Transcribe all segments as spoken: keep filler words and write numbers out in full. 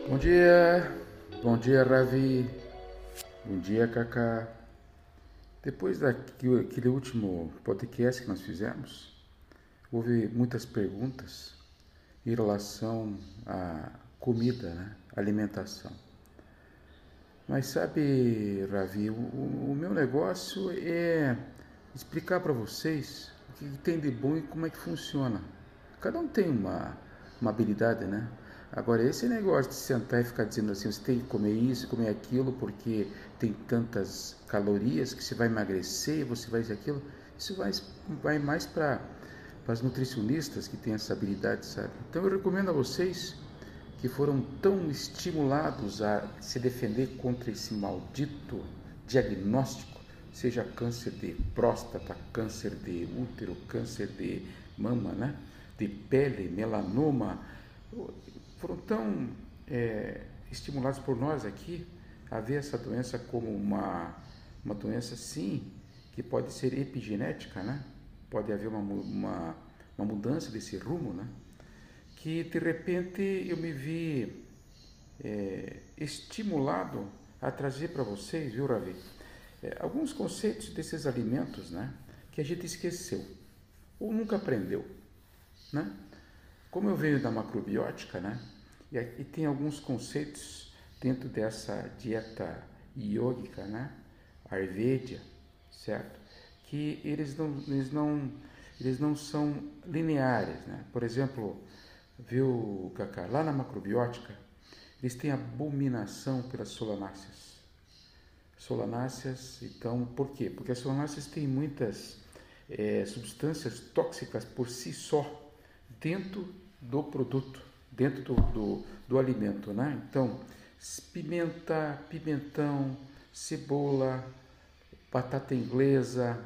Bom dia, bom dia Ravi, bom dia Kaká. Depois daquele último podcast que nós fizemos, houve muitas perguntas em relação à comida, né? Alimentação. Mas sabe, Ravi, o, o meu negócio é explicar para vocês o que tem de bom e como é que funciona. Cada um tem uma, uma habilidade, né? Agora, esse negócio de sentar e ficar dizendo assim, você tem que comer isso, comer aquilo, porque tem tantas calorias que você vai emagrecer, você vai fazer aquilo, isso vai, vai mais para as nutricionistas que têm essa habilidade, sabe? Então, eu recomendo a vocês que foram tão estimulados a se defender contra esse maldito diagnóstico, seja câncer de próstata, câncer de útero, câncer de mama, né? De pele, melanoma, foram tão é, estimulados por nós aqui a ver essa doença como uma, uma doença, sim, que pode ser epigenética, né? Pode haver uma, uma, uma mudança desse rumo, né? Que de repente eu me vi é, estimulado a trazer para vocês, viu, Ravi? É, alguns conceitos desses alimentos, né? Que a gente esqueceu ou nunca aprendeu, né? Como eu venho da macrobiótica, né? E, e tem alguns conceitos dentro dessa dieta iógica, né? Ayurveda, certo? Que eles não, eles não, eles não são lineares, né? Por exemplo, viu, Cacá, lá na macrobiótica, eles têm abominação pelas solanáceas. Solanáceas, então, por quê? Porque as solanáceas têm muitas é, substâncias tóxicas por si só dentro do produto, dentro do, do, do alimento, né? Então, pimenta, pimentão, cebola, batata inglesa,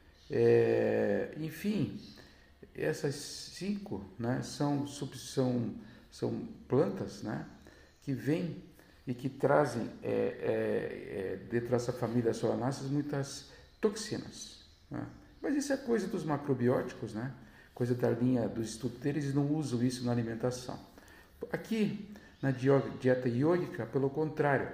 é, enfim, essas cinco, né, são, são, são plantas, né, que vêm e que trazem é, é, é, dentro dessa família solanáceas muitas toxinas, né? Mas isso é coisa dos macrobióticos, né? Coisa da linha do estudo deles, eles não usam isso na alimentação. Aqui, na dieta iógica, pelo contrário,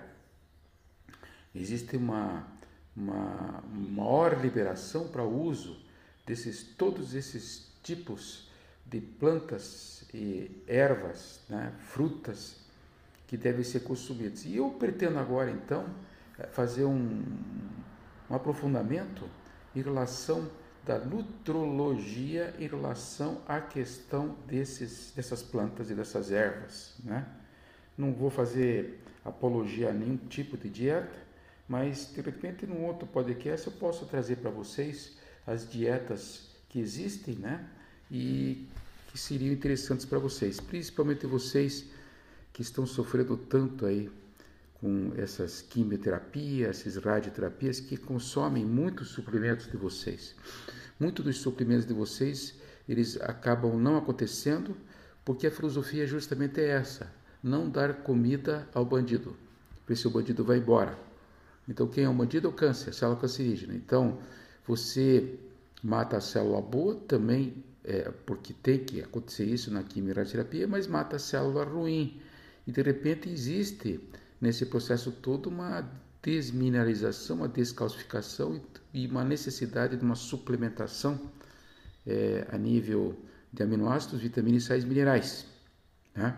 existe uma, uma maior liberação para o uso desses, todos esses tipos de plantas e ervas, né, frutas, que devem ser consumidas. E eu pretendo agora, então, fazer um, um aprofundamento em relação da nutrologia em relação à questão desses, dessas plantas e dessas ervas, né? Não vou fazer apologia a nenhum tipo de dieta, mas de repente num outro podcast eu posso trazer para vocês as dietas que existem, né? E que seriam interessantes para vocês, principalmente vocês que estão sofrendo tanto aí com essas quimioterapias, essas radioterapias que consomem muitos suplementos de vocês. Muitos dos suplementos de vocês, eles acabam não acontecendo porque a filosofia justamente é essa, não dar comida ao bandido, porque se o bandido vai embora. Então quem é o bandido é o câncer, a célula cancerígena. Então você mata a célula boa também, é, porque tem que acontecer isso na quimioterapia, mas mata a célula ruim. E de repente existe nesse processo todo uma desmineralização, uma descalcificação e uma necessidade de uma suplementação é, a nível de aminoácidos, vitaminas e sais minerais, né?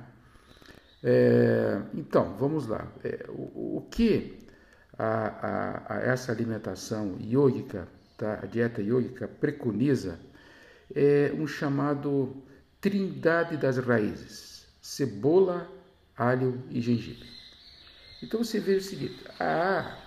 É, então, vamos lá. É, o, o que a, a, a essa alimentação iógica, tá? A dieta iógica preconiza é um chamado trindade das raízes: cebola, alho e gengibre. Então você vê o seguinte: a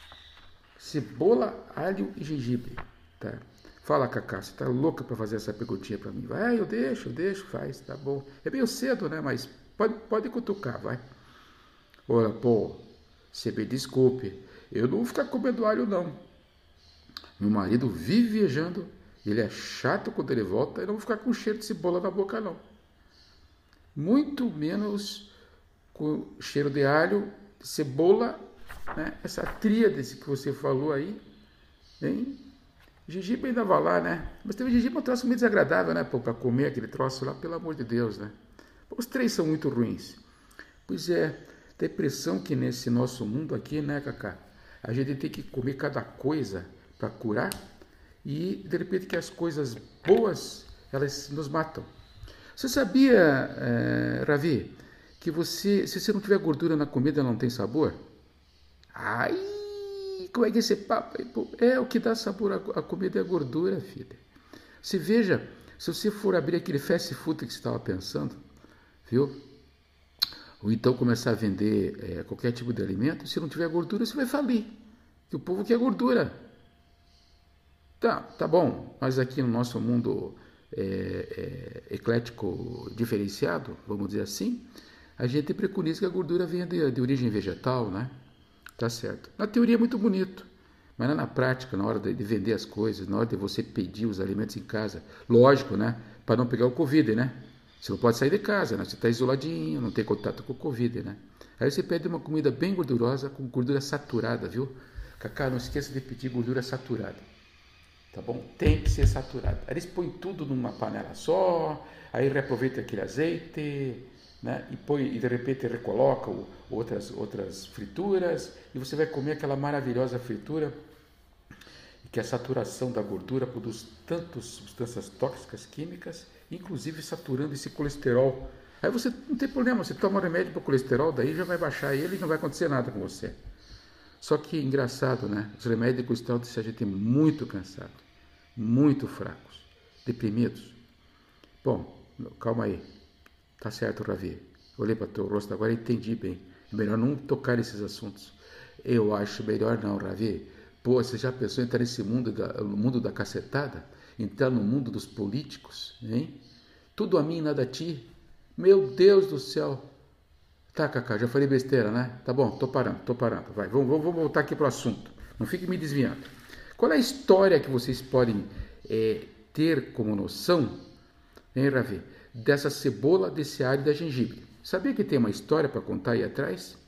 cebola, alho e gengibre, tá? Fala, Cacá, você tá louca para fazer essa perguntinha para mim? Vai, ah, eu deixo, eu deixo, faz, tá bom. É meio cedo, né? Mas pode, pode cutucar, vai. Olha, pô, você me desculpe, eu não vou ficar comendo alho, não. Meu marido vive viajando, ele é chato quando ele volta, eu não vou ficar com cheiro de cebola na boca, não. Muito menos com cheiro de alho, de cebola, né? Essa tríade que você falou aí, hein? Gengibre ainda vai lá, né? Mas tem o gengibre é um troço meio desagradável, né? Para comer aquele troço lá, pelo amor de Deus, né? Os três são muito ruins. Pois é, dá a impressão que nesse nosso mundo aqui, né, Cacá, a gente tem que comer cada coisa para curar e de repente que as coisas boas, elas nos matam. Você sabia, eh, Ravi, que você, se você não tiver gordura na comida, ela não tem sabor? Ai, como é que esse papo aí? Pô, é o que dá sabor à comida é a gordura, filha. Você veja, se você for abrir aquele fast food que você estava pensando, viu? Ou então começar a vender é, qualquer tipo de alimento, se não tiver gordura, você vai falir. Que o povo quer gordura. Tá, tá bom, mas aqui no nosso mundo é, é, eclético diferenciado, vamos dizer assim, a gente preconiza que a gordura venha de, de origem vegetal, né? Tá certo. Na teoria é muito bonito, mas na prática, na hora de, de vender as coisas, na hora de você pedir os alimentos em casa, lógico, né? Para não pegar o Covid, né? Você não pode sair de casa, né? Você está isoladinho, não tem contato com o Covid, né? Aí você pede uma comida bem gordurosa, com gordura saturada, viu? Cacá, não esqueça de pedir gordura saturada. Tá bom? Tem que ser saturada. Aí eles põem tudo numa panela só, aí reaproveita aquele azeite, né? E põe e de repente recoloca outras outras frituras e você vai comer aquela maravilhosa fritura que a saturação da gordura produz tantas substâncias tóxicas químicas, inclusive saturando esse colesterol. Aí você não tem problema, você toma remédio para o colesterol, daí já vai baixar ele e não vai acontecer nada com você. Só que engraçado, né? Os remédios de colesterol deixam a gente muito cansado, muito fracos, deprimidos. Bom, calma aí. Tá certo, Ravi. Olhei para o teu rosto agora e entendi bem. É melhor não tocar nesses assuntos. Eu acho melhor não, Ravi. Pô, você já pensou em entrar nesse mundo, da, no mundo da cacetada? Entrar no mundo dos políticos, hein? Tudo a mim, nada a ti. Meu Deus do céu. Tá, Cacá, já falei besteira, né? Tá bom, tô parando, tô parando. Vai, vamos, vamos voltar aqui pro assunto. Não fique me desviando. Qual é a história que vocês podem é, ter como noção, hein, Ravi, dessa cebola, desse alho e da gengibre? Sabia que tem uma história para contar aí atrás?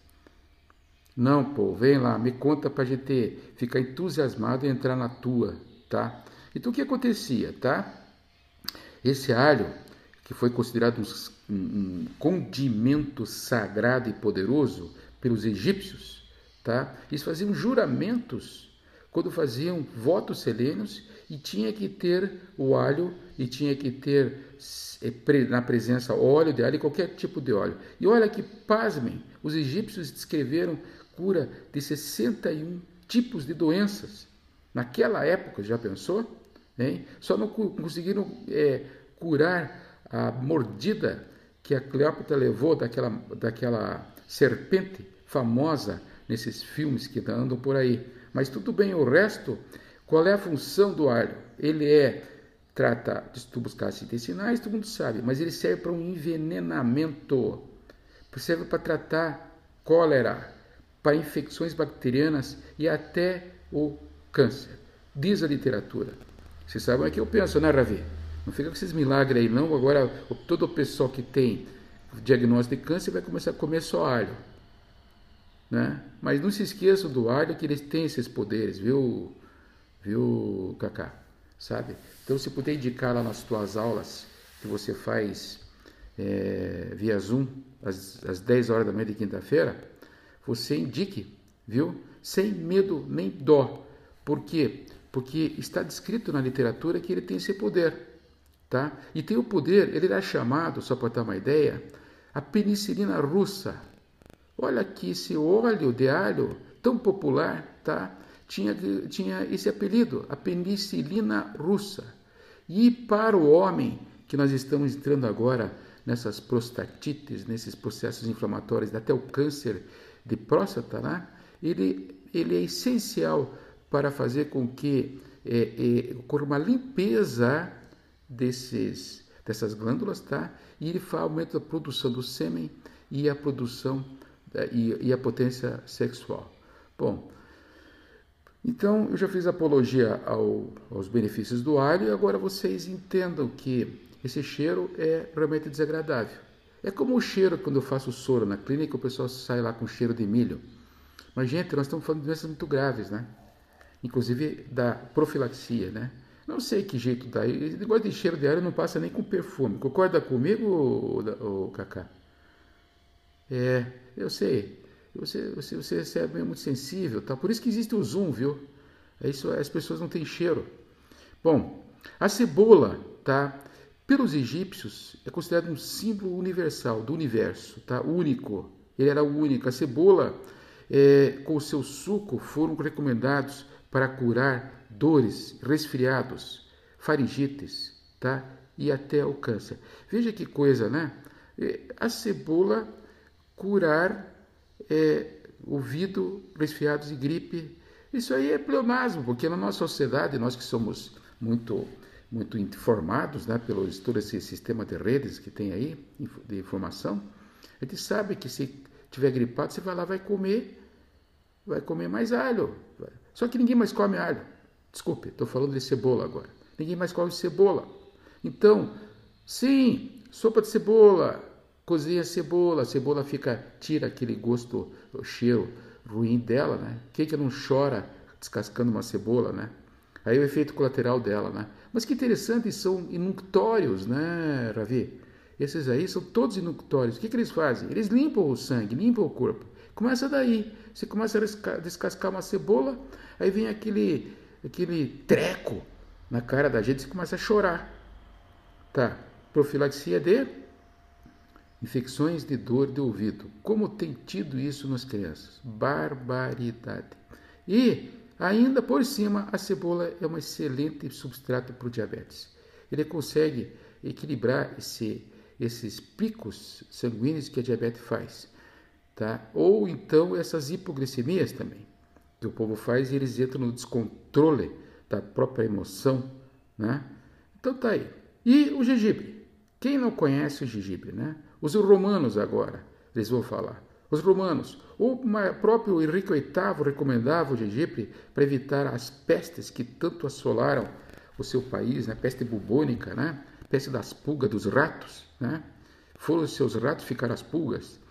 Não, pô, vem lá, me conta pra gente ficar entusiasmado e entrar na tua, tá? Então o que acontecia, tá? Esse alho, que foi considerado um, um condimento sagrado e poderoso pelos egípcios, tá? Eles faziam juramentos quando faziam votos selênios e tinha que ter o alho e tinha que ter na presença óleo de alho e qualquer tipo de óleo. E olha que, pasmem, os egípcios descreveram cura de sessenta e um tipos de doenças. Naquela época, já pensou? Hein? Só não conseguiram é, curar a mordida que a Cleópatra levou daquela, daquela serpente famosa nesses filmes que andam por aí. Mas tudo bem, o resto, qual é a função do alho? Ele é, trata dos tubos gastrointestinais, todo mundo sabe, mas ele serve para um envenenamento, serve para tratar cólera, para infecções bacterianas e até o câncer. Diz a literatura. Vocês sabem o que eu penso, né, Ravi? Não fica com esses milagres aí, não. Agora, todo o pessoal que tem diagnóstico de câncer vai começar a comer só alho. Né? Mas não se esqueçam do alho, que eles têm esses poderes, viu, viu, Cacá? Sabe? Então, se puder indicar lá nas tuas aulas que você faz é, via Zoom, às, às dez horas da manhã de quinta-feira, você indique, viu? Sem medo nem dó. Por quê? Porque está descrito na literatura que ele tem esse poder, tá? E tem o poder, ele era chamado, só para ter uma ideia, a penicilina russa. Olha aqui, esse óleo de alho tão popular, tá? Tinha, tinha esse apelido, a penicilina russa. E para o homem, que nós estamos entrando agora nessas prostatites, nesses processos inflamatórios, até o câncer de próstata, né? ele, ele é essencial para fazer com que é, é, ocorra uma limpeza desses, dessas glândulas, tá? E ele aumenta a produção do sêmen e a produção e, e a potência sexual. Bom, então eu já fiz apologia ao, aos benefícios do alho e agora vocês entendam que esse cheiro é realmente desagradável. É como o cheiro quando eu faço soro na clínica, o pessoal sai lá com cheiro de milho. Mas, gente, nós estamos falando de doenças muito graves, né? Inclusive da profilaxia, né? Não sei que jeito dá. Esse negócio de cheiro de alho não passa nem com perfume. Concorda comigo, ô, ô, Cacá? É, eu sei. Você, você, você é muito sensível, tá? Por isso que existe o Zoom, viu? É isso, as pessoas não têm cheiro. Bom, a cebola, tá? Pelos egípcios, é considerado um símbolo universal, do universo, tá? Único. Ele era o único. A cebola, é, com o seu suco, foram recomendados para curar dores, resfriados, faringites, tá? E até o câncer. Veja que coisa, né? A cebola curar é, ouvido, resfriados e gripe. Isso aí é pleonasmo, porque na nossa sociedade, nós que somos muito muito informados, né, pelo todo esse sistema de redes que tem aí, de informação, a gente sabe que se tiver gripado, você vai lá, vai comer, vai comer mais alho. Só que ninguém mais come alho. Desculpe, estou falando de cebola agora. Ninguém mais come cebola. Então, sim, sopa de cebola, cozinha a cebola, a cebola fica, tira aquele gosto, o cheiro ruim dela, né? Quem que não chora descascando uma cebola, né? Aí o efeito colateral dela, né? Mas que interessante, são inunctórios, né, Ravi? Esses aí são todos inunctórios. O que, que eles fazem? Eles limpam o sangue, limpam o corpo. Começa daí. Você começa a descascar uma cebola, aí vem aquele, aquele treco na cara da gente, você começa a chorar. Tá. Profilaxia de infecções de dor de ouvido. Como tem tido isso nas crianças? Barbaridade. E ainda por cima, a cebola é um excelente substrato para o diabetes. Ele consegue equilibrar esse, esses picos sanguíneos que a diabetes faz. Tá? Ou então essas hipoglicemias também, que o povo faz e eles entram no descontrole da própria emoção. Né? Então tá aí. E o gengibre? Quem não conhece o gengibre? Né? Os romanos agora, eles vão falar. Os romanos, o próprio Henrique oitavo recomendava o gengibre para evitar as pestes que tanto assolaram o seu país, né? Peste bubônica, né? Peste das pulgas, dos ratos, né? Foram os seus ratos ficar as pulgas.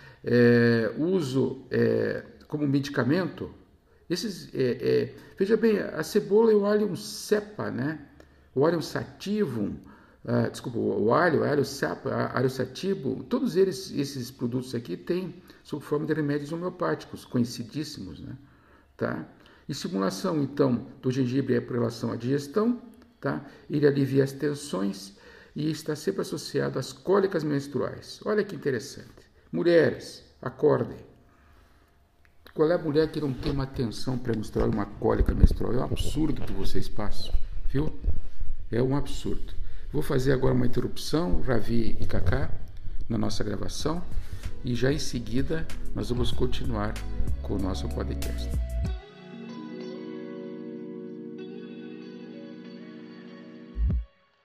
É, uso é, como medicamento, esses, é, é, veja bem, a cebola e o alho cepa, né? O alho sativum, Uh, desculpa, o alho, alho, sapa, alho sativo, todos eles, esses produtos aqui têm sob forma de remédios homeopáticos, conhecidíssimos, né? Tá? Estimulação, então, do gengibre é por relação à digestão, tá? Ele alivia as tensões e está sempre associado às cólicas menstruais. Olha que interessante. Mulheres, acordem. Qual é a mulher que não tem uma tensão pré-menstrual e uma cólica menstrual? É um absurdo que vocês passam, viu? É um absurdo. Vou fazer agora uma interrupção, Ravi e Cacá, na nossa gravação, e já em seguida nós vamos continuar com o nosso podcast.